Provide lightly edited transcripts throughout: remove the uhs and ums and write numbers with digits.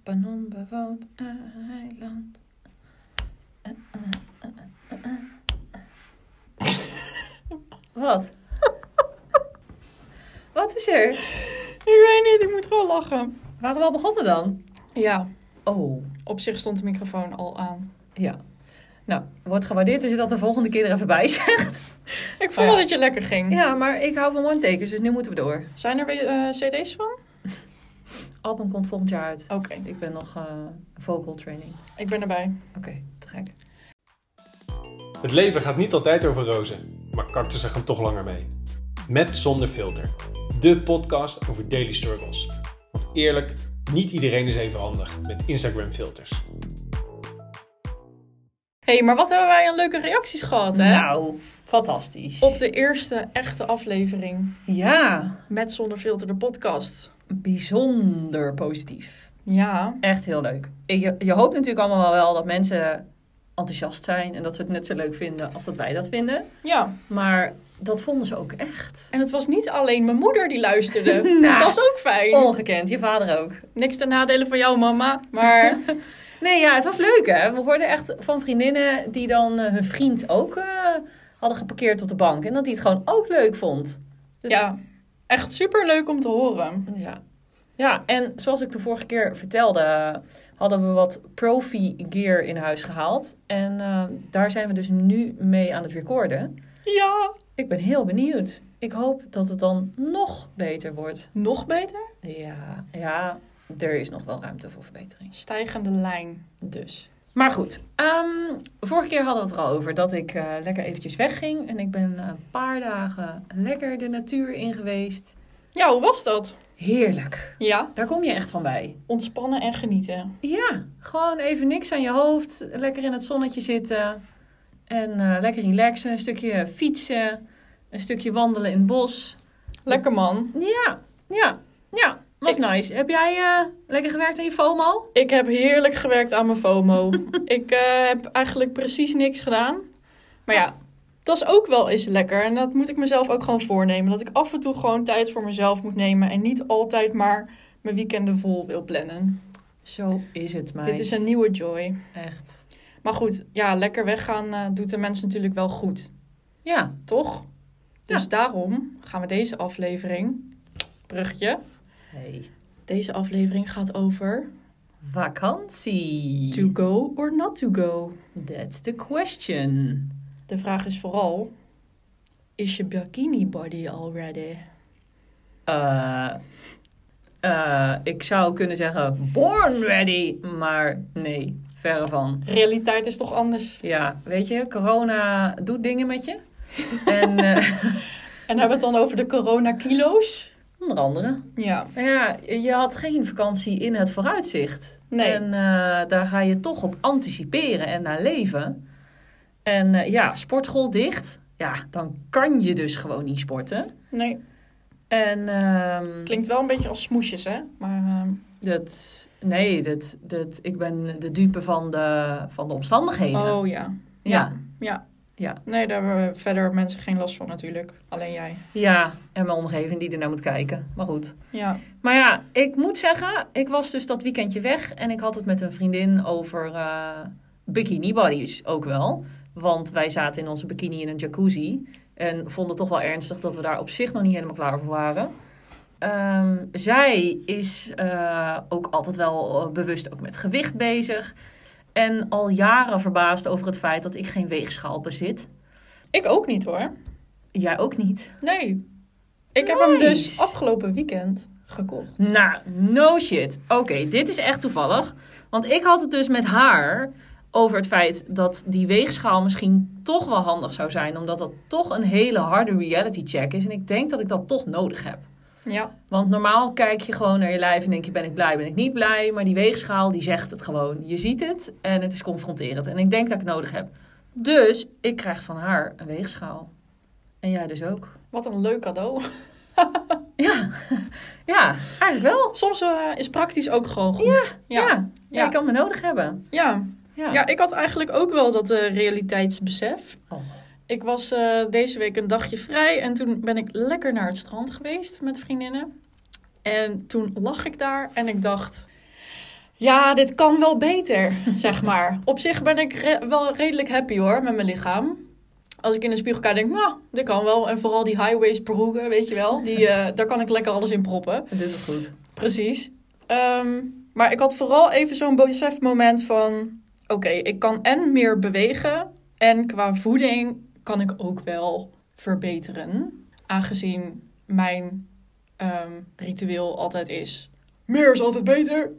een onbewoond eiland. Wat? Wat is er? Ik weet niet, ik moet gewoon lachen. Waren we al begonnen dan? Ja, Oh, op zich stond de microfoon al aan. ja. Nou, wordt gewaardeerd als je dat de volgende keer er even bij zegt. Ik vond wel dat je lekker ging. Ja, maar ik hou van one-takers, dus nu moeten we door. Zijn er weer cd's van? Album komt volgend jaar uit. Oké, Ik ben nog vocal training. ik ben erbij. Oké, te gek. Het leven gaat niet altijd over rozen, maar cactussen gaan toch langer mee. Met Zonder Filter, de podcast over daily struggles. Want eerlijk, niet iedereen is even handig met Instagram filters. Hé, maar wat hebben wij aan leuke reacties gehad, hè? Nou, fantastisch. Op de eerste echte aflevering Ja, met Zonder Filter, de podcast. bijzonder positief. Ja, Echt heel leuk. Je hoopt natuurlijk allemaal wel dat mensen enthousiast zijn en dat ze het net zo leuk vinden als dat wij dat vinden. ja. Maar dat vonden ze ook echt. En het was niet alleen mijn moeder die luisterde. Nou. Dat is ook fijn. Ongekend, je vader ook. Niks ten nadele van jou, mama. Maar Nee, ja, het was leuk hè. We hoorden echt van vriendinnen die dan hun vriend ook hadden geparkeerd op de bank. En dat hij het gewoon ook leuk vond. Dus, ja, echt super leuk om te horen. Ja. Ja, en zoals ik de vorige keer vertelde, hadden we wat profi gear in huis gehaald. En daar zijn we dus nu mee aan het recorden. Ja. Ik ben heel benieuwd. Ik hoop dat het dan nog beter wordt. Nog beter? Ja, er is nog wel ruimte voor verbetering. Stijgende lijn. Dus. Maar goed, vorige keer hadden we het er al over dat ik lekker eventjes wegging. En ik ben een paar dagen lekker de natuur in geweest. Ja, hoe was dat? Heerlijk. Ja, Daar kom je echt van bij. ontspannen en genieten. Ja, gewoon even niks aan je hoofd. Lekker in het zonnetje zitten. En lekker relaxen. Een stukje fietsen. Een stukje wandelen in het bos. Lekker man. Ja. Was nice. Heb jij lekker gewerkt aan je FOMO? Ik heb heerlijk gewerkt aan mijn FOMO. Ik heb eigenlijk precies niks gedaan. Maar ja, dat is ook wel eens lekker. En dat moet ik mezelf ook gewoon voornemen. Dat ik af en toe gewoon tijd voor mezelf moet nemen. En niet altijd maar mijn weekenden vol wil plannen. Zo is het, meid. Dit is een nieuwe joy. Echt. Maar goed, ja, lekker weggaan doet de mensen natuurlijk wel goed. Ja. Toch? Dus Ja. daarom gaan we deze aflevering... Bruggetje. Hey. Deze aflevering gaat over... Vakantie. To go or not to go? That's the question. De vraag is vooral... Is je bikini body al ready? Ik zou kunnen zeggen born ready, maar nee, verre van. Realiteit is toch anders? Ja, weet je, corona doet dingen met je. En En hebben we het dan over de corona-kilo's? onder andere. Ja. Ja, je had geen vakantie in het vooruitzicht. Nee. En daar ga je toch op anticiperen en naar leven. En ja, sportschool dicht. Ja, dan kan je dus gewoon niet sporten. Nee. En Klinkt wel een beetje als smoesjes, hè? Maar ik ben de dupe van de omstandigheden. oh ja. Ja. Ja. Nee, daar hebben verder mensen geen last van natuurlijk. Alleen jij. Ja, en mijn omgeving die ernaar moet kijken. Maar goed. Ja. Maar ja, ik moet zeggen, ik was dus dat weekendje weg. En ik had het met een vriendin over bikini bodies ook wel. Want wij zaten in onze bikini in een jacuzzi. En vonden toch wel ernstig dat we daar op zich nog niet helemaal klaar voor waren. Zij is ook altijd wel bewust ook met gewicht bezig. En al jaren verbaasd over het feit dat ik geen weegschaal bezit. Ik ook niet hoor. Jij ook niet. Nee. Ik heb hem dus Nice. afgelopen weekend gekocht. Nou, no shit. Oké, dit is echt toevallig. Want ik had het dus met haar over het feit dat die weegschaal misschien toch wel handig zou zijn. Omdat dat toch een hele harde reality check is. En ik denk dat ik dat toch nodig heb. Ja. Want normaal kijk je gewoon naar je lijf en denk je, ben ik blij, ben ik niet blij. Maar die weegschaal, die zegt het gewoon. Je ziet het en het is confronterend. En ik denk dat ik het nodig heb. Dus ik krijg van haar een weegschaal. En jij dus ook. Wat een leuk cadeau. Ja, eigenlijk wel. Soms is praktisch ook gewoon goed. Ja, je kan me nodig hebben. Ja. Ja, ik had eigenlijk ook wel dat realiteitsbesef. Oh. Ik was deze week een dagje vrij en toen ben ik lekker naar het strand geweest met vriendinnen. En toen lag ik daar en ik dacht, ja, dit kan wel beter, zeg maar. Op zich ben ik wel redelijk happy hoor, met mijn lichaam. Als ik in de spiegel kijk, denk ik, nou, dit kan wel. En vooral die high-waist broeken, weet je wel. Daar kan ik lekker alles in proppen. Dit is goed. Precies. Maar ik had vooral even zo'n besefmoment van... Oké, ik kan en meer bewegen. En qua voeding kan ik ook wel verbeteren. Aangezien mijn ritueel altijd is... Meer is altijd beter.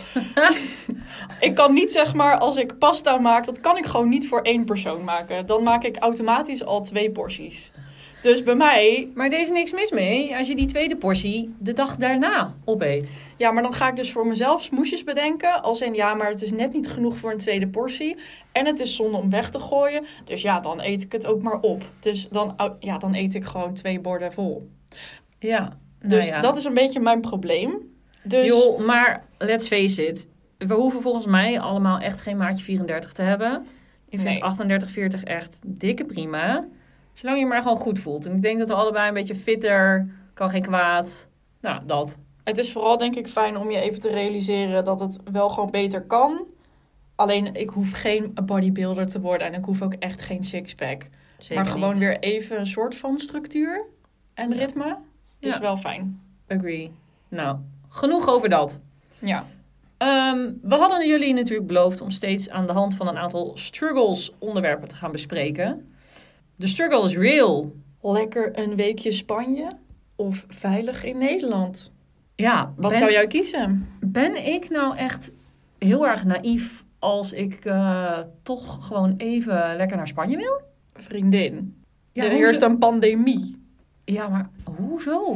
Ik kan niet, zeg maar, als ik pasta maak... dat kan ik gewoon niet voor 1 persoon maken. Dan maak ik automatisch al 2 porties. Dus bij mij... Maar er is niks mis mee als je die tweede portie de dag daarna opeet. Ja, maar dan ga ik dus voor mezelf smoesjes bedenken. Als in, ja, maar het is net niet genoeg voor een tweede portie. En het is zonde om weg te gooien. Dus ja, dan eet ik het ook maar op. Dus dan eet ik gewoon 2 borden vol. Ja. Dus dat is een beetje mijn probleem. Dus... Joh, maar let's face it. We hoeven volgens mij allemaal echt geen maatje 34 te hebben. Ik vind 38, 40 echt dikke prima. Zolang je maar gewoon goed voelt. En ik denk dat we allebei een beetje fitter, kan geen kwaad. Nou, dat. Het is vooral denk ik fijn om je even te realiseren dat het wel gewoon beter kan. Alleen ik hoef geen bodybuilder te worden en ik hoef ook echt geen sixpack. Zeker maar gewoon niet. weer even een soort van structuur en ritme is wel fijn. Agree. Nou, genoeg over dat. Ja. We hadden jullie natuurlijk beloofd om steeds aan de hand van een aantal struggles onderwerpen te gaan bespreken. De struggle is real. Lekker een weekje Spanje of veilig in Nederland? Ja, Wat zou jij kiezen? Ben ik nou echt heel erg naïef als ik toch gewoon even lekker naar Spanje wil? Vriendin, Ja, er heerst een pandemie. Ja, maar hoezo?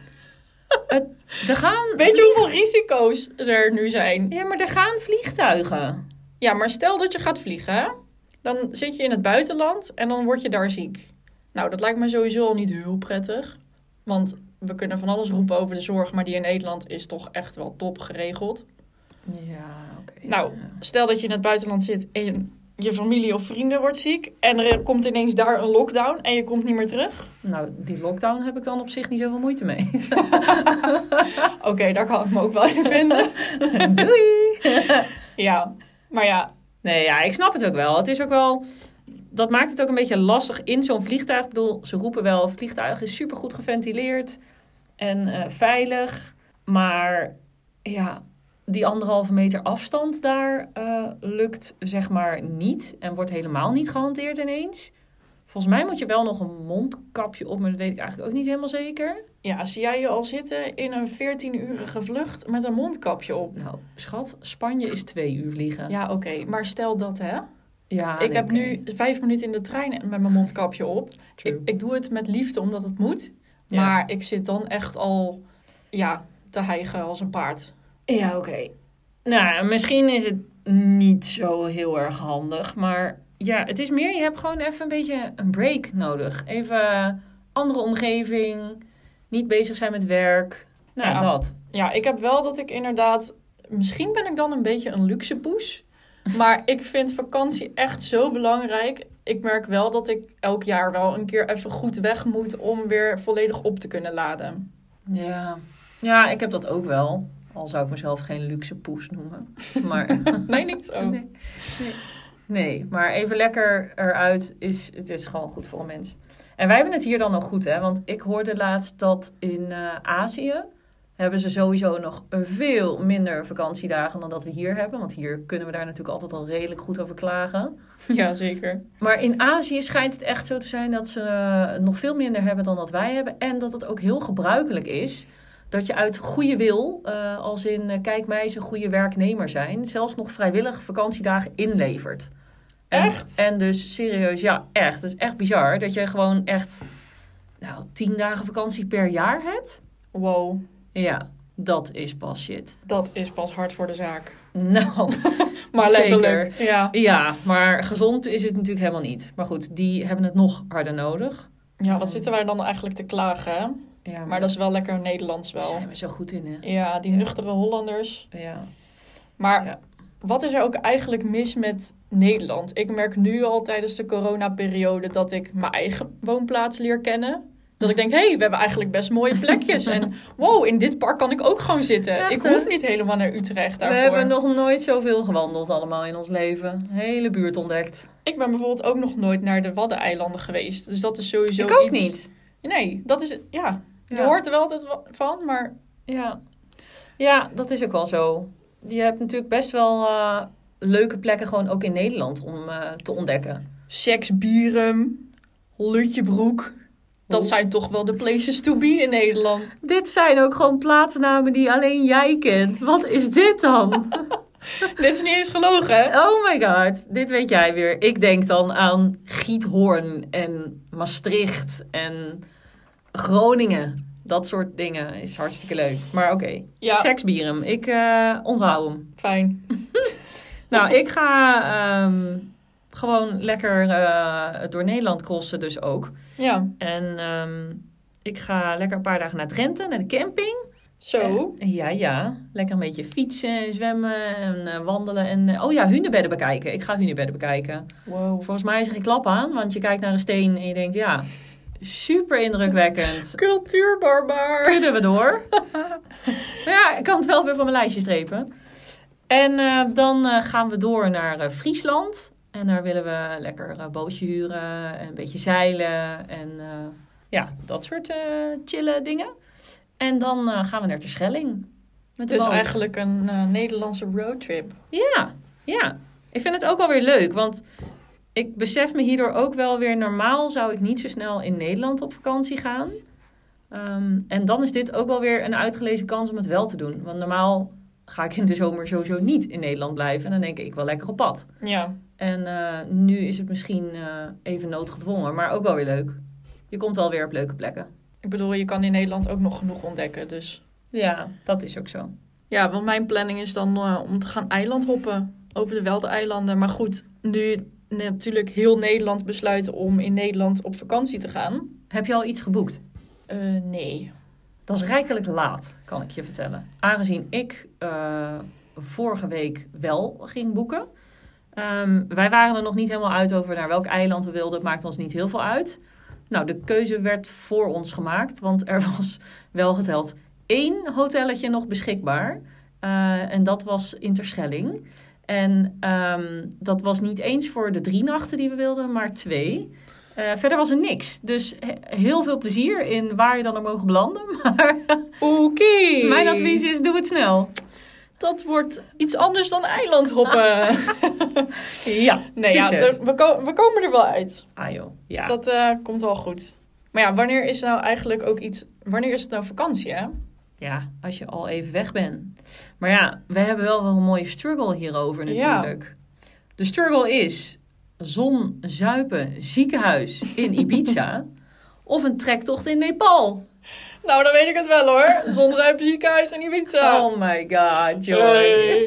Er gaan... Weet je hoeveel risico's er nu zijn? Ja, maar er gaan vliegtuigen. Ja, maar stel dat je gaat vliegen, hè? Dan zit je in het buitenland en dan word je daar ziek. Nou, dat lijkt me sowieso al niet heel prettig. Want we kunnen van alles roepen over de zorg, maar die in Nederland is toch echt wel top geregeld. Ja, oké. Nou, stel dat je in het buitenland zit en je familie of vrienden wordt ziek en er komt ineens daar een lockdown en je komt niet meer terug. Nou, die lockdown heb ik dan op zich niet zoveel moeite mee. Oké, daar kan ik me ook wel in vinden. Doei! Ja, maar ja. Nee, ja, ik snap het ook wel. Het is ook wel... Dat maakt het ook een beetje lastig in zo'n vliegtuig. Ik bedoel, ze roepen wel, het vliegtuig is supergoed geventileerd en veilig. Maar ja, die 1,5 meter afstand daar lukt zeg maar niet. En wordt helemaal niet gehanteerd ineens. Volgens mij moet je wel nog een mondkapje op, maar dat weet ik eigenlijk ook niet helemaal zeker. Ja, zie jij je al zitten in een 14-urige vlucht met een mondkapje op? Nou, schat, Spanje is 2 uur vliegen. Ja, oké, maar stel dat, hè? Ja, Ik heb nu 5 minuten in de trein met mijn mondkapje op. Ik doe het met liefde omdat het moet. Ja. Maar ik zit dan echt al te hijgen als een paard. Ja, oké. Nou, misschien is het niet zo heel erg handig. Maar ja, het is meer, je hebt gewoon even een beetje een break nodig. Even andere omgeving. Niet bezig zijn met werk. Nou, Ja. dat. Ja, ik heb wel dat ik inderdaad... Misschien ben ik dan een beetje een luxe poes. Maar ik vind vakantie echt zo belangrijk. Ik merk wel dat ik elk jaar wel een keer even goed weg moet om weer volledig op te kunnen laden. Ja, ik heb dat ook wel. Al zou ik mezelf geen luxe poes noemen. Maar Nee, niet zo. Nee, maar even lekker eruit het is gewoon goed voor een mens. En wij hebben het hier dan nog goed, hè? Want ik hoorde laatst dat in Azië hebben ze sowieso nog veel minder vakantiedagen dan dat we hier hebben. Want hier kunnen we daar natuurlijk altijd al redelijk goed over klagen. Ja, zeker. Maar in Azië schijnt het echt zo te zijn dat ze nog veel minder hebben dan dat wij hebben. En dat het ook heel gebruikelijk is dat je uit goede wil, als in kijk mij eens een goede werknemer zijn, zelfs nog vrijwillig vakantiedagen inlevert. Echt? En dus serieus, ja, echt. Het is echt bizar dat je gewoon echt 10 dagen vakantie per jaar hebt. Wow, Ja, dat is pas shit. dat is pas hard voor de zaak. Nou, Maar letterlijk. zeker. Ja. Ja, maar gezond is het natuurlijk helemaal niet. Maar goed, die hebben het nog harder nodig. Ja, wat zitten wij dan eigenlijk te klagen, hè? Ja, Maar dat is wel lekker Nederlands daar wel. zijn we zo goed in, hè? Ja, die nuchtere Hollanders. Ja. Maar Ja. wat is er ook eigenlijk mis met Nederland? Ik merk nu al tijdens de coronaperiode dat ik mijn eigen woonplaats leer kennen. Dat ik denk, we hebben eigenlijk best mooie plekjes. En wow, in dit park kan ik ook gewoon zitten. Echt, ik hoef niet helemaal naar Utrecht daarvoor. We hebben nog nooit zoveel gewandeld allemaal in ons leven. Hele buurt ontdekt. Ik ben bijvoorbeeld ook nog nooit naar de Waddeneilanden geweest. Dus dat is sowieso Ik ook iets... niet. Nee, dat is... Ja, je Ja. hoort er wel altijd van, maar... Ja, dat is ook wel zo. Je hebt natuurlijk best wel leuke plekken gewoon ook in Nederland om te ontdekken. Seksbierum, Lutjebroek. Dat zijn toch wel de places to be in Nederland. Dit zijn ook gewoon plaatsnamen die alleen jij kent. Wat is dit dan? Dit is niet eens gelogen, hè? Oh my god, dit weet jij weer. Ik denk dan aan Giethoorn en Maastricht en Groningen. Dat soort dingen is hartstikke leuk. Maar oké, Ja. Seksbierum. Ik onthoud hem. Fijn. Nou, ik ga gewoon lekker door Nederland crossen dus ook. Ja, En ik ga lekker een paar dagen naar Drenthe, naar de camping. zo. Ja. Lekker een beetje fietsen, zwemmen en wandelen. En hunebedden bekijken. Ik ga hunebedden bekijken. Wow. Volgens mij is er geen klap aan, want je kijkt naar een steen en je denkt, ja, super indrukwekkend. Cultuurbarbaar. Kunnen we door? Maar ja, ik kan het wel weer van mijn lijstje strepen. En dan gaan we door naar Friesland. En daar willen we lekker een bootje huren en een beetje zeilen. En dat soort chille dingen. En dan gaan we naar Terschelling. Met de Dus boot. eigenlijk een Nederlandse roadtrip. Ja. Ik vind het ook wel weer leuk, want ik besef me hierdoor ook wel weer... Normaal zou ik niet zo snel in Nederland op vakantie gaan. En dan is dit ook wel weer een uitgelezen kans om het wel te doen. Want normaal ga ik in de zomer sowieso niet in Nederland blijven. En dan denk ik wel lekker op pad. Ja. En nu is het misschien even noodgedwongen, maar ook wel weer leuk. Je komt wel weer op leuke plekken. Ik bedoel, je kan in Nederland ook nog genoeg ontdekken, dus... Ja, dat is ook zo. Ja, want mijn planning is dan om te gaan eilandhoppen over de Waddeneilanden. Maar goed, nu natuurlijk heel Nederland besluiten om in Nederland op vakantie te gaan. Heb je al iets geboekt? Nee. Dat is rijkelijk laat, kan ik je vertellen. Aangezien ik vorige week wel ging boeken. Wij waren er nog niet helemaal uit over naar welk eiland we wilden. Het maakt ons niet heel veel uit. Nou, de keuze werd voor ons gemaakt. Want er was wel geteld 1 hotelletje nog beschikbaar. En dat was in Terschelling. En dat was niet eens voor de 3 nachten die we wilden, maar 2. Verder was er niks. Dus heel veel plezier in waar je dan ook mogen belanden. Maar Oké. mijn advies is, doe het snel. Dat wordt iets anders dan eilandhoppen. Ja, Nee, ja, succes. we komen er wel uit. Ah joh, ja. Dat komt wel goed. Maar ja, wanneer is nou eigenlijk ook iets... Wanneer is het nou vakantie, hè? Ja, als je al even weg bent. Maar ja, we hebben wel een mooie struggle hierover natuurlijk. De struggle is zon, zuipen, ziekenhuis in Ibiza of een trektocht in Nepal. Nou, dan weet ik het wel hoor. Zonzuipen ziekenhuis en Ibiza. Oh my god, Joy. Hey.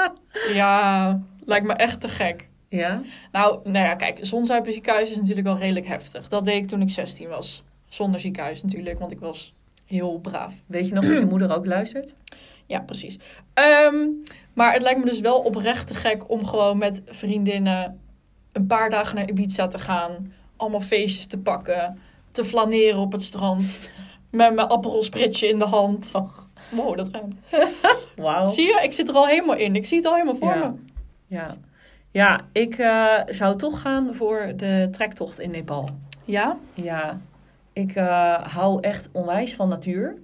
Ja, lijkt me echt te gek. Ja? Nou ja, kijk, zonzuipen ziekenhuis is natuurlijk wel redelijk heftig. Dat deed ik toen ik 16 was. Zonder ziekenhuis natuurlijk, want ik was heel braaf. Weet je nog dat je moeder ook luistert? Ja, precies. Maar het lijkt me dus wel oprecht te gek om gewoon met vriendinnen een paar dagen naar Ibiza te gaan. Allemaal feestjes te pakken. Te flaneren op het strand. Met mijn Aperol Spritje in de hand. Och. Wow, dat ruimt. Wauw. Zie je? Ik zit er al helemaal in. Ik zie het al helemaal voor me. Ja, ik zou toch gaan voor de trektocht in Nepal. Ja? Ja, ik hou echt onwijs van natuur.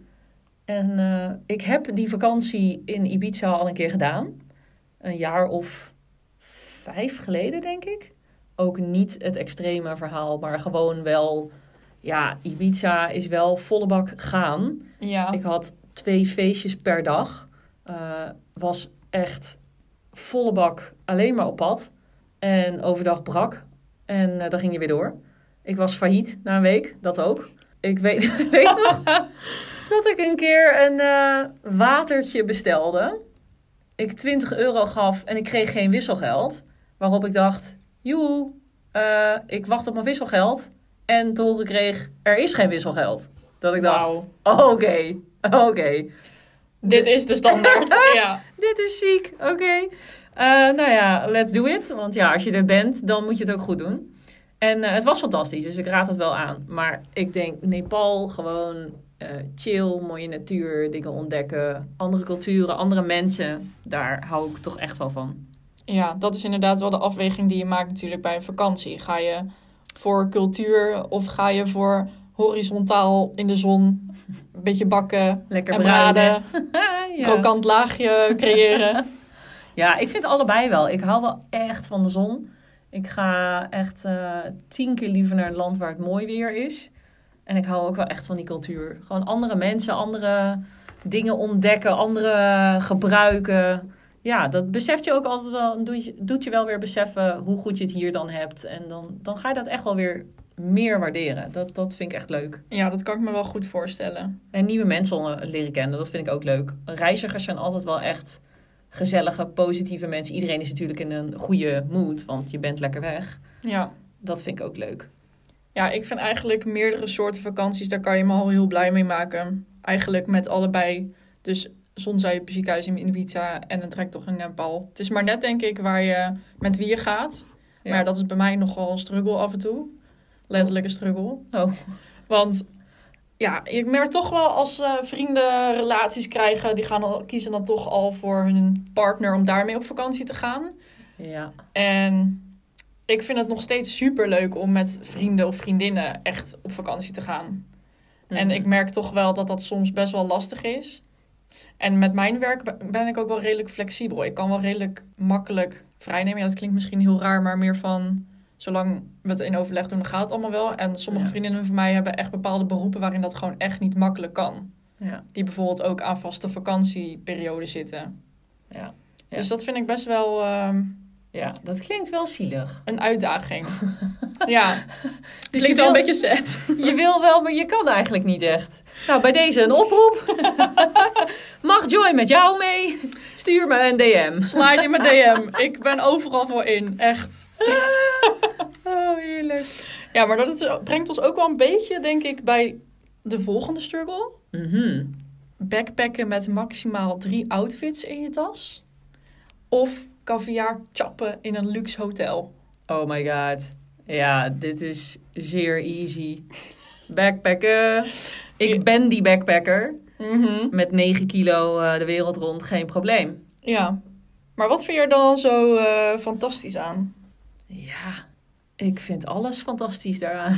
En ik heb die vakantie in Ibiza al een keer gedaan. Een jaar of 5 geleden, denk ik. Ook niet het extreme verhaal, maar gewoon wel... Ja, Ibiza is wel volle bak gaan. Ja. Ik had 2 feestjes per dag. Was echt volle bak alleen maar op pad. En overdag brak. En dan ging je weer door. Ik was failliet na een week, dat ook. Ik weet nog dat ik een keer een watertje bestelde. Ik €20 gaf en ik kreeg geen wisselgeld. Waarop ik dacht, joe, ik wacht op mijn wisselgeld. En te horen kreeg, er is geen wisselgeld. Dat ik dacht, oké. Dit is de standaard. Ja. Dit is ziek, oké. Nou ja, let's do it. Want ja, als je er bent, dan moet je het ook goed doen. En het was fantastisch, dus ik raad het wel aan. Maar ik denk Nepal gewoon chill, mooie natuur, dingen ontdekken. Andere culturen, andere mensen. Daar hou ik toch echt wel van. Ja, dat is inderdaad wel de afweging die je maakt natuurlijk bij een vakantie. Ga je voor cultuur of ga je voor horizontaal in de zon een beetje bakken Lekker en braden. braden, krokant laagje creëren? Ja, ik vind allebei wel. Ik hou wel echt van de zon. Ik ga echt 10 keer liever naar een land waar het mooi weer is. En ik hou ook wel echt van die cultuur. Gewoon andere mensen, andere dingen ontdekken, andere gebruiken. Ja, dat beseft je ook altijd wel. Doet je wel weer beseffen hoe goed je het hier dan hebt. En dan ga je dat echt wel weer meer waarderen. Dat vind ik echt leuk. Ja, dat kan ik me wel goed voorstellen. En nieuwe mensen leren kennen, dat vind ik ook leuk. Reizigers zijn altijd wel echt gezellige, positieve mensen. Iedereen is natuurlijk in een goede mood, want je bent lekker weg. Ja. Dat vind ik ook leuk. Ja, ik vind eigenlijk meerdere soorten vakanties, daar kan je me al heel blij mee maken. Eigenlijk met allebei. Dus Zonzuip, ziekenhuis in Ibiza en een trektocht in Nepal. Het is maar net, denk ik, met wie je gaat. Ja. Maar dat is bij mij nogal een struggle af en toe. Letterlijke struggle. Oh. Want ja, ik merk toch wel als vrienden relaties krijgen, kiezen dan toch al voor hun partner om daarmee op vakantie te gaan. Ja. En ik vind het nog steeds superleuk om met vrienden of vriendinnen echt op vakantie te gaan. En ik merk toch wel dat dat soms best wel lastig is. En met mijn werk ben ik ook wel redelijk flexibel. Ik kan wel redelijk makkelijk vrijnemen. Ja, dat klinkt misschien heel raar, maar meer van zolang we het in overleg doen, dan gaat het allemaal wel. En sommige vriendinnen van mij hebben echt bepaalde beroepen waarin dat gewoon echt niet makkelijk kan. Ja. Die bijvoorbeeld ook aan vaste vakantieperioden zitten. Ja. Dus dat vind ik best wel Ja, dat klinkt wel zielig. een uitdaging. Ja, Dus klinkt wel een beetje sad. Je wil wel, maar je kan eigenlijk niet echt. Nou, bij deze een oproep. Mag Joy met jou mee? Stuur me een DM. Slide in mijn DM. Ik ben overal voor in. Echt. Oh, heerlijk. Ja, maar dat brengt ons ook wel een beetje, denk ik, bij de volgende struggle. Backpacken met maximaal 3 outfits in je tas. Of caviar chappen in een luxe hotel. Oh my god. Ja, dit is zeer easy. Backpacken. Ik ben die backpacker. Met 9 kilo de wereld rond, geen probleem. Ja. Maar wat vind je er dan zo fantastisch aan? Ja, ik vind alles fantastisch daaraan.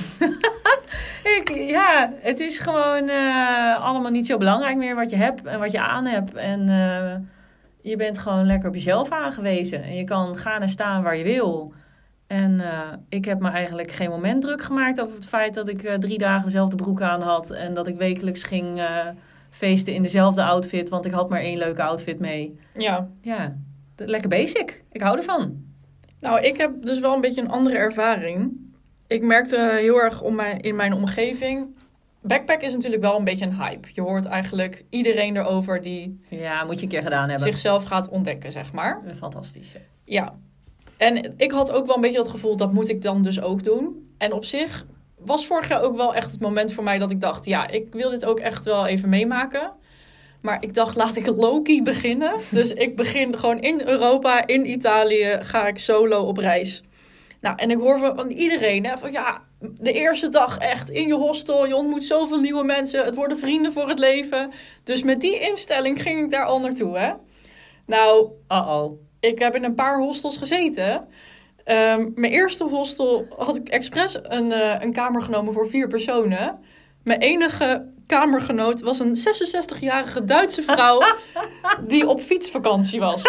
Het is gewoon allemaal niet zo belangrijk meer wat je hebt en wat je aan hebt. En je bent gewoon lekker op jezelf aangewezen. En je kan gaan en staan waar je wil. En ik heb me eigenlijk geen moment druk gemaakt over het feit dat ik 3 dagen dezelfde broek aan had. En dat ik wekelijks ging feesten in dezelfde outfit, want ik had maar 1 leuke outfit mee. Ja. Ja, lekker basic. Ik hou ervan. Nou, ik heb dus wel een beetje een andere ervaring. Ik merkte heel erg in mijn omgeving. Backpack is natuurlijk wel een beetje een hype. Je hoort eigenlijk iedereen erover die Ja, moet je een keer gedaan hebben. zichzelf gaat ontdekken, zeg maar. Fantastisch. Ja. En ik had ook wel een beetje dat gevoel, dat moet ik dan dus ook doen. En op zich was vorig jaar ook wel echt het moment voor mij dat ik dacht, ja, ik wil dit ook echt wel even meemaken. Maar ik dacht, laat ik low-key beginnen. Dus ik begin gewoon in Europa, in Italië, ga ik solo op reis. Nou, en ik hoor van iedereen, hè, van ja, de eerste dag echt in je hostel. Je ontmoet zoveel nieuwe mensen. Het worden vrienden voor het leven. Dus met die instelling ging ik daar al naartoe, hè. Nou, ik heb in een paar hostels gezeten. Mijn eerste hostel had ik expres een kamer genomen voor 4 personen. Mijn enige kamergenoot was een 66-jarige Duitse vrouw die op fietsvakantie was.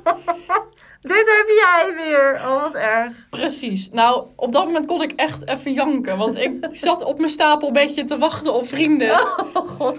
Dit heb jij weer. Oh, wat erg. Precies. Nou, op dat moment kon ik echt even janken. Want ik zat op mijn stapelbedje te wachten op vrienden. Oh, god.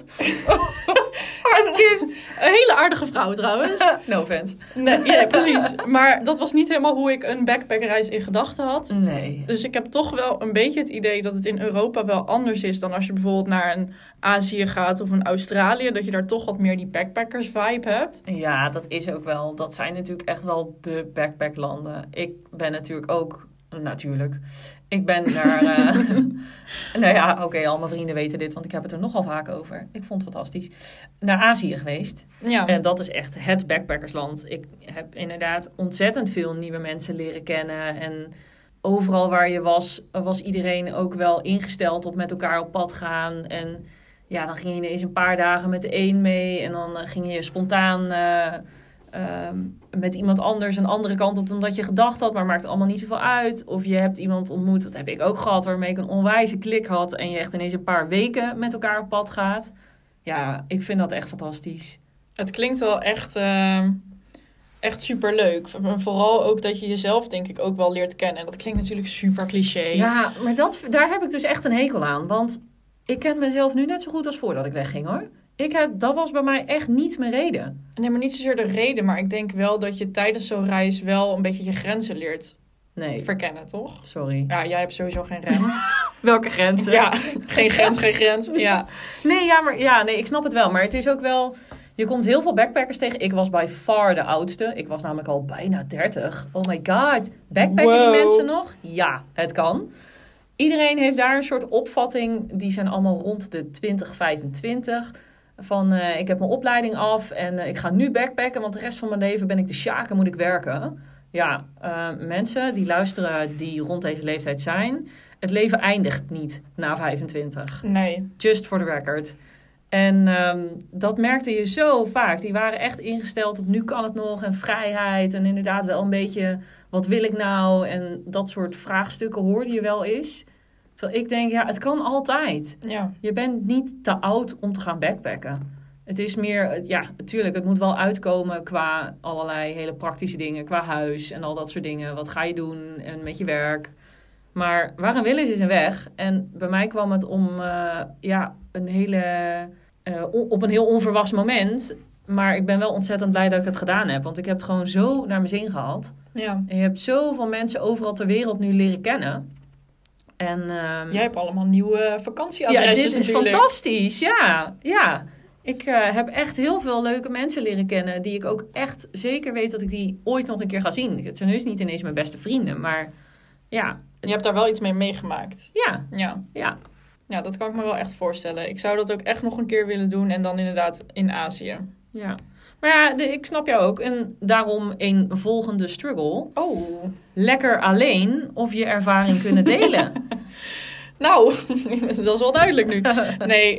Arm kind. Een hele aardige vrouw trouwens. No offense. Nee, precies. Maar dat was niet helemaal hoe ik een backpackreis in gedachten had. Nee. Dus ik heb toch wel een beetje het idee dat het in Europa wel anders is dan als je bijvoorbeeld naar een Azië gaat of een Australië. Dat je daar toch wat meer die backpackers vibe hebt. Ja, dat is ook wel. Dat zijn natuurlijk echt wel de backpacklanden. Ik ben natuurlijk ook... Ik ben naar... nou ja, al mijn vrienden weten dit, want ik heb het er nogal vaak over. Ik vond het fantastisch. Naar Azië geweest. Ja. En dat is echt het backpackersland. Ik heb inderdaad ontzettend veel nieuwe mensen leren kennen. En overal waar je was iedereen ook wel ingesteld op met elkaar op pad gaan. En ja, dan ging je ineens een paar dagen met de een mee. En dan ging je spontaan met iemand anders een andere kant op dan dat je gedacht had. Maar maakt allemaal niet zoveel uit. Of je hebt iemand ontmoet, dat heb ik ook gehad, waarmee ik een onwijze klik had. En je echt ineens een paar weken met elkaar op pad gaat. Ja, ik vind dat echt fantastisch. Het klinkt wel echt superleuk. Vooral ook dat je jezelf denk ik ook wel leert kennen. En dat klinkt natuurlijk super cliché. Ja, maar daar heb ik dus echt een hekel aan. Want ik ken mezelf nu net zo goed als voordat ik wegging, hoor. Dat was bij mij echt niet mijn reden. Nee, maar niet zozeer de reden. Maar ik denk wel dat je tijdens zo'n reis wel een beetje je grenzen leert verkennen, toch? Sorry. Ja, jij hebt sowieso geen grens. Welke grenzen? Ja, geen grens. Ja. Nee, ik snap het wel. Maar het is ook wel... Je komt heel veel backpackers tegen. Ik was by far de oudste. Ik was namelijk al bijna 30. Oh my god. Backpacken die mensen nog? Ja, het kan. Iedereen heeft daar een soort opvatting. Die zijn allemaal rond de 20, 25. Van ik heb mijn opleiding af en ik ga nu backpacken. Want de rest van mijn leven ben ik de sjaak en moet ik werken. Ja, mensen die luisteren die rond deze leeftijd zijn. Het leven eindigt niet na 25. Nee. Just for the record. En dat merkte je zo vaak. Die waren echt ingesteld op nu kan het nog en vrijheid. En inderdaad wel een beetje, wat wil ik nou? En dat soort vraagstukken hoorde je wel eens. Terwijl ik denk, ja, het kan altijd. Ja. Je bent niet te oud om te gaan backpacken. Het is meer, ja, natuurlijk, het moet wel uitkomen qua allerlei hele praktische dingen. Qua huis en al dat soort dingen. Wat ga je doen en met je werk? Maar waar een wil is een weg. En bij mij kwam het om, op een heel onverwachts moment. Maar ik ben wel ontzettend blij dat ik het gedaan heb. Want ik heb het gewoon zo naar mijn zin gehad. Ja. En je hebt zoveel mensen overal ter wereld nu leren kennen. En, jij hebt allemaal nieuwe vakantieadresjes dit is natuurlijk. Fantastisch, ja. Ik heb echt heel veel leuke mensen leren kennen. Die ik ook echt zeker weet dat ik die ooit nog een keer ga zien. Het zijn heus niet ineens mijn beste vrienden. Maar ja. Je hebt daar wel iets mee meegemaakt. Ja. Ja, dat kan ik me wel echt voorstellen. Ik zou dat ook echt nog een keer willen doen. En dan inderdaad in Azië. Ja. Maar ja, ik snap jou ook. En daarom een volgende struggle. Oh. Lekker alleen of je ervaring kunnen delen. Nou, dat is wel duidelijk nu. Nee,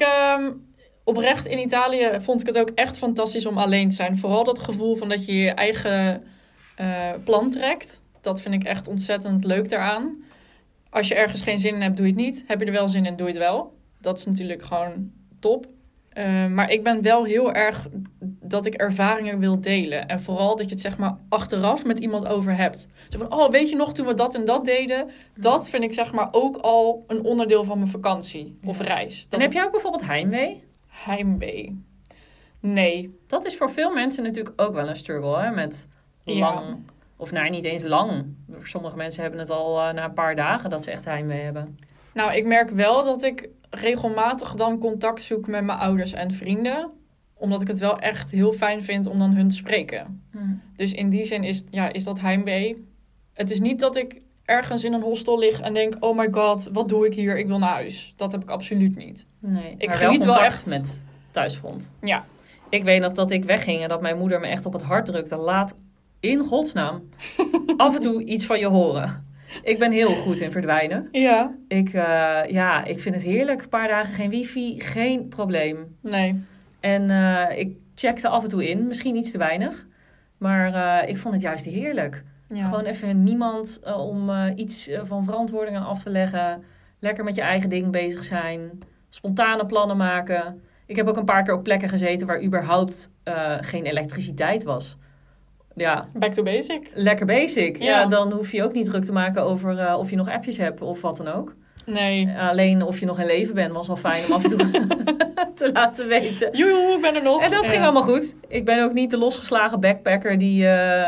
oprecht in Italië vond ik het ook echt fantastisch om alleen te zijn. Vooral dat gevoel van dat je je eigen plan trekt. Dat vind ik echt ontzettend leuk daaraan. Als je ergens geen zin in hebt, doe je het niet. Heb je er wel zin in, doe je het wel. Dat is natuurlijk gewoon top. Maar ik ben wel heel erg dat ik ervaringen wil delen. En vooral dat je het zeg maar achteraf met iemand over hebt. Zo van, weet je nog toen we dat en dat deden? Dat vind ik zeg maar ook al een onderdeel van mijn vakantie of reis. En heb jij ook bijvoorbeeld heimwee? Heimwee? Nee. Dat is voor veel mensen natuurlijk ook wel een struggle, hè? Met lang... Ja. Of niet eens lang. Sommige mensen hebben het al na een paar dagen dat ze echt heimwee hebben. Nou, ik merk wel dat ik regelmatig dan contact zoek met mijn ouders en vrienden. Omdat ik het wel echt heel fijn vind om dan hun te spreken. Dus in die zin is dat heimwee. Het is niet dat ik ergens in een hostel lig en denk, oh my god, wat doe ik hier? Ik wil naar huis. Dat heb ik absoluut niet. Nee, ik maar geniet wel echt met thuisfront. Ja. Ik weet nog dat ik wegging en dat mijn moeder me echt op het hart drukte. Laat in godsnaam af en toe iets van je horen. Ik ben heel goed in verdwijnen. Ja. Ik vind het heerlijk. Een paar dagen geen wifi, geen probleem. Nee. En ik checkte af en toe in. Misschien iets te weinig. Maar ik vond het juist heerlijk. Ja. Gewoon even niemand om iets van verantwoording aan af te leggen. Lekker met je eigen ding bezig zijn. Spontane plannen maken. Ik heb ook een paar keer op plekken gezeten waar überhaupt geen elektriciteit was. Ja. Back to basic. Lekker basic. Ja, dan hoef je ook niet druk te maken over of je nog appjes hebt of wat dan ook. Nee. Alleen of je nog in leven bent was wel fijn om af en toe te laten weten. Joe, ik ben er nog. En dat ging allemaal goed. Ik ben ook niet de losgeslagen backpacker die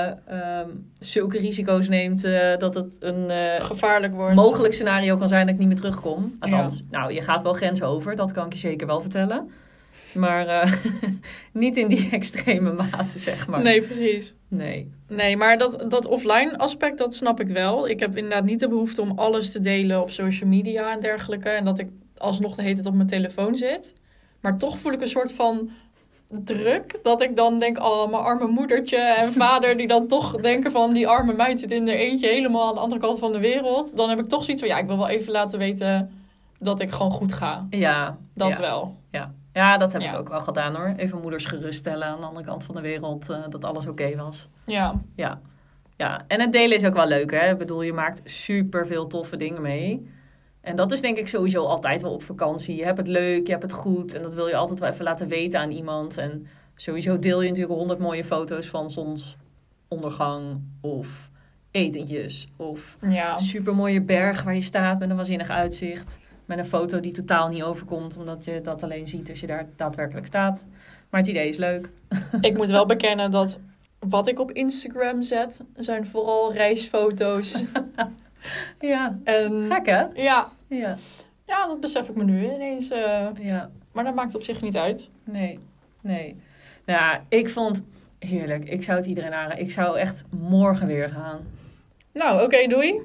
zulke risico's neemt dat het een gevaarlijk wordt. Mogelijk scenario kan zijn dat ik niet meer terugkom. Althans, je gaat wel grenzen over. Dat kan ik je zeker wel vertellen. Maar niet in die extreme mate, zeg maar. Nee, precies. Nee, maar dat offline aspect, dat snap ik wel. Ik heb inderdaad niet de behoefte om alles te delen op social media en dergelijke. En dat ik alsnog de hele tijd op mijn telefoon zit. Maar toch voel ik een soort van druk. Dat ik dan denk, oh, mijn arme moedertje en vader... die dan toch denken van, die arme meid zit in haar eentje... helemaal aan de andere kant van de wereld. Dan heb ik toch zoiets van, ik wil wel even laten weten... dat ik gewoon goed ga. Ja. Dat wel. Ja, dat heb ik ook wel gedaan hoor. Even moeders geruststellen aan de andere kant van de wereld... dat alles oké was. Ja. Ja, en het delen is ook wel leuk hè. Ik bedoel, je maakt super veel toffe dingen mee... En dat is denk ik sowieso altijd wel op vakantie. Je hebt het leuk, je hebt het goed. En dat wil je altijd wel even laten weten aan iemand. En sowieso deel je natuurlijk 100 mooie foto's van zonsondergang. Of etentjes. Of een supermooie berg waar je staat met een waanzinnig uitzicht. Met een foto die totaal niet overkomt. Omdat je dat alleen ziet als je daar daadwerkelijk staat. Maar het idee is leuk. Ik moet wel bekennen dat wat ik op Instagram zet... zijn vooral reisfoto's. Ja, en gek hè? Ja, Ja, dat besef ik me nu ineens. ja. Maar dat maakt op zich niet uit. Nee. Ja, ik vond het heerlijk. Ik zou het iedereen aanraden. Ik zou echt morgen weer gaan. Nou, oké, doei.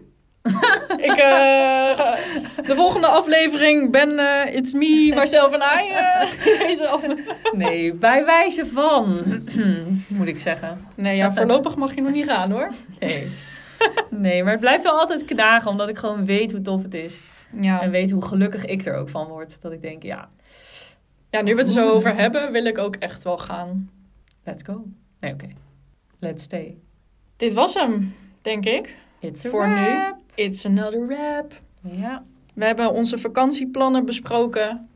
De volgende aflevering It's me, myself en I. Nee, bij wijze van, moet ik zeggen. Nee, ja, voorlopig mag je nog niet gaan hoor. Nee, maar het blijft wel altijd knagen, omdat ik gewoon weet hoe tof het is. Ja. En weet hoe gelukkig ik er ook van word. Dat ik denk, Ja, nu we het er zo over hebben, wil ik ook echt wel gaan. Let's go. Nee, oké. Let's stay. Dit was hem, denk ik. It's a voor wrap. nu. It's another wrap. Ja. We hebben onze vakantieplannen besproken.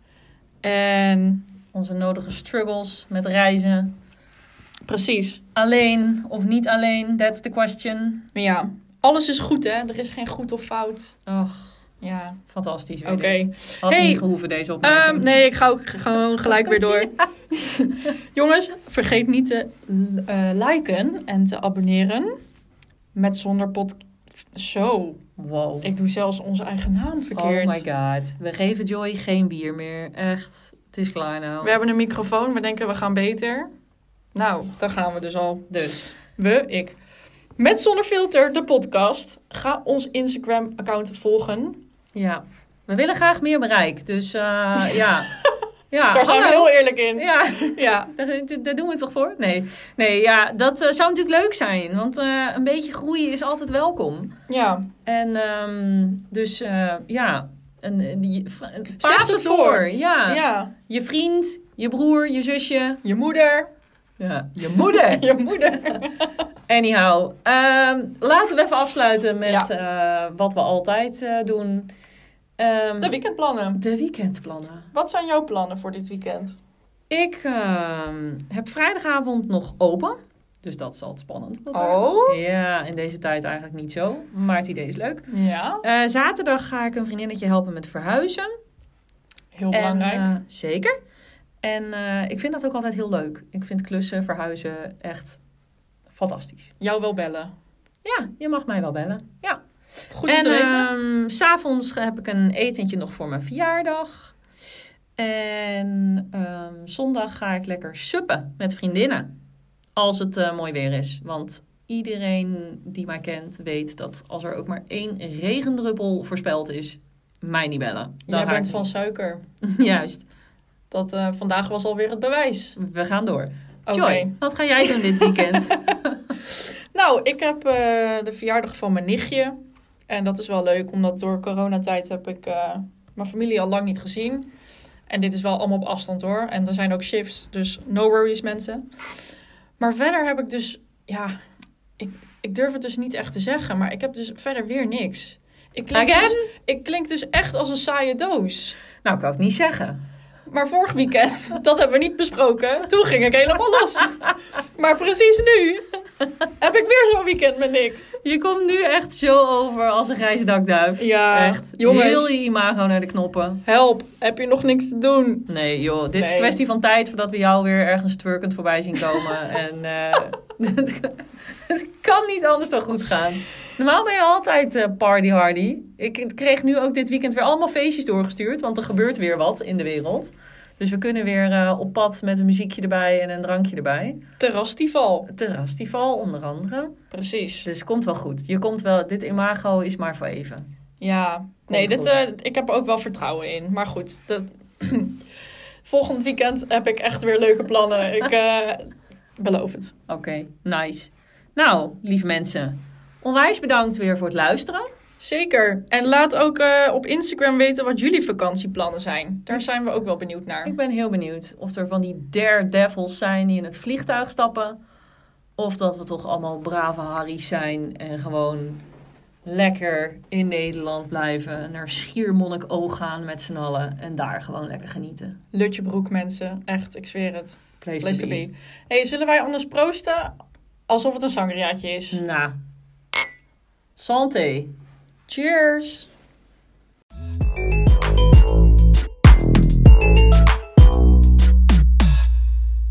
En onze nodige struggles met reizen. Precies. Alleen of niet alleen, that's the question. Ja, alles is goed hè. Er is geen goed of fout. Och. Ja. Fantastisch. Oké. Had niet gehoeven deze opmerking. Nee, ik ga ook gewoon gelijk weer door. Jongens, vergeet niet te liken en te abonneren. Met zonder Zo. Wow. Ik doe zelfs onze eigen naam verkeerd. Oh my god. We geven Joy geen bier meer. Echt. Het is klaar nou. We hebben een microfoon. We denken we gaan beter. Nou, daar gaan we dus al. Dus. Ik. Met Zonder Filter, de podcast. Ga ons Instagram-account volgen. Ja. We willen graag meer bereik. Dus ja. Ja, daar zijn we heel eerlijk in. Ja. Daar doen we het toch voor? Nee, ja, dat zou natuurlijk leuk zijn. Want een beetje groeien is altijd welkom. Ja. En dus ja. Zeg het voor. Ja. Je vriend, je broer, je zusje. Je moeder. Ja, je moeder. Je moeder. Anyhow. Laten we even afsluiten met wat we altijd doen. De weekendplannen. De weekendplannen. Wat zijn jouw plannen voor dit weekend? Ik heb vrijdagavond nog open. Dus dat is altijd spannend. Oh? Ja, in deze tijd eigenlijk niet zo. Maar het idee is leuk. Ja. Zaterdag ga ik een vriendinnetje helpen met verhuizen. Heel belangrijk. Zeker. En ik vind dat ook altijd heel leuk. Ik vind klussen, verhuizen echt fantastisch. Jou wel bellen? Ja, je mag mij wel bellen. Ja. Goed om te weten. 's avonds heb ik een etentje nog voor mijn verjaardag. En zondag ga ik lekker suppen met vriendinnen. Als het mooi weer is. Want iedereen die mij kent weet dat als er ook maar 1 regendruppel voorspeld is, mij niet bellen. Jij bent van suiker. Juist. Dat vandaag was alweer het bewijs. We gaan door. Okay. Joy, wat ga jij doen dit weekend? Nou, ik heb de verjaardag van mijn nichtje. En dat is wel leuk, omdat door coronatijd heb ik mijn familie al lang niet gezien. En dit is wel allemaal op afstand hoor. En er zijn ook shifts, dus no worries mensen. Maar verder heb ik dus, ja, ik durf het dus niet echt te zeggen. Maar ik heb dus verder weer niks. Ik klink dus echt als een saaie doos. Nou, ik kan het niet zeggen. Maar vorig weekend, dat hebben we niet besproken. Toen ging ik helemaal los. Maar precies nu heb ik weer zo'n weekend met niks. Je komt nu echt zo over als een grijze dakduif. Ja, echt. Jongens. Heel je imago naar de knoppen. Help, heb je nog niks te doen? Nee joh, dit is een kwestie van tijd voordat we jou weer ergens twerkend voorbij zien komen. En het kan niet anders dan goed gaan. Normaal ben je altijd party hardy. Ik kreeg nu ook dit weekend weer allemaal feestjes doorgestuurd. Want er gebeurt weer wat in de wereld. Dus we kunnen weer op pad met een muziekje erbij en een drankje erbij. Terrastival onder andere. Precies. Dus het komt wel goed. Je komt wel, dit imago is maar voor even. Ja, nee, ik heb er ook wel vertrouwen in. Maar goed, Volgend weekend heb ik echt weer leuke plannen. Ik beloof het. Oké, nice. Nou, lieve mensen, onwijs bedankt weer voor het luisteren. Zeker. En laat ook op Instagram weten wat jullie vakantieplannen zijn. Daar zijn we ook wel benieuwd naar. Ik ben heel benieuwd of er van die daredevils zijn die in het vliegtuig stappen. Of dat we toch allemaal brave Harry's zijn en gewoon lekker in Nederland blijven. Naar Schiermonnikoog gaan met z'n allen en daar gewoon lekker genieten. Lutjebroek mensen. Echt, ik zweer het. Place to be. Hey, zullen wij anders proosten? Alsof het een sangriaatje is. Nou, santé. Cheers!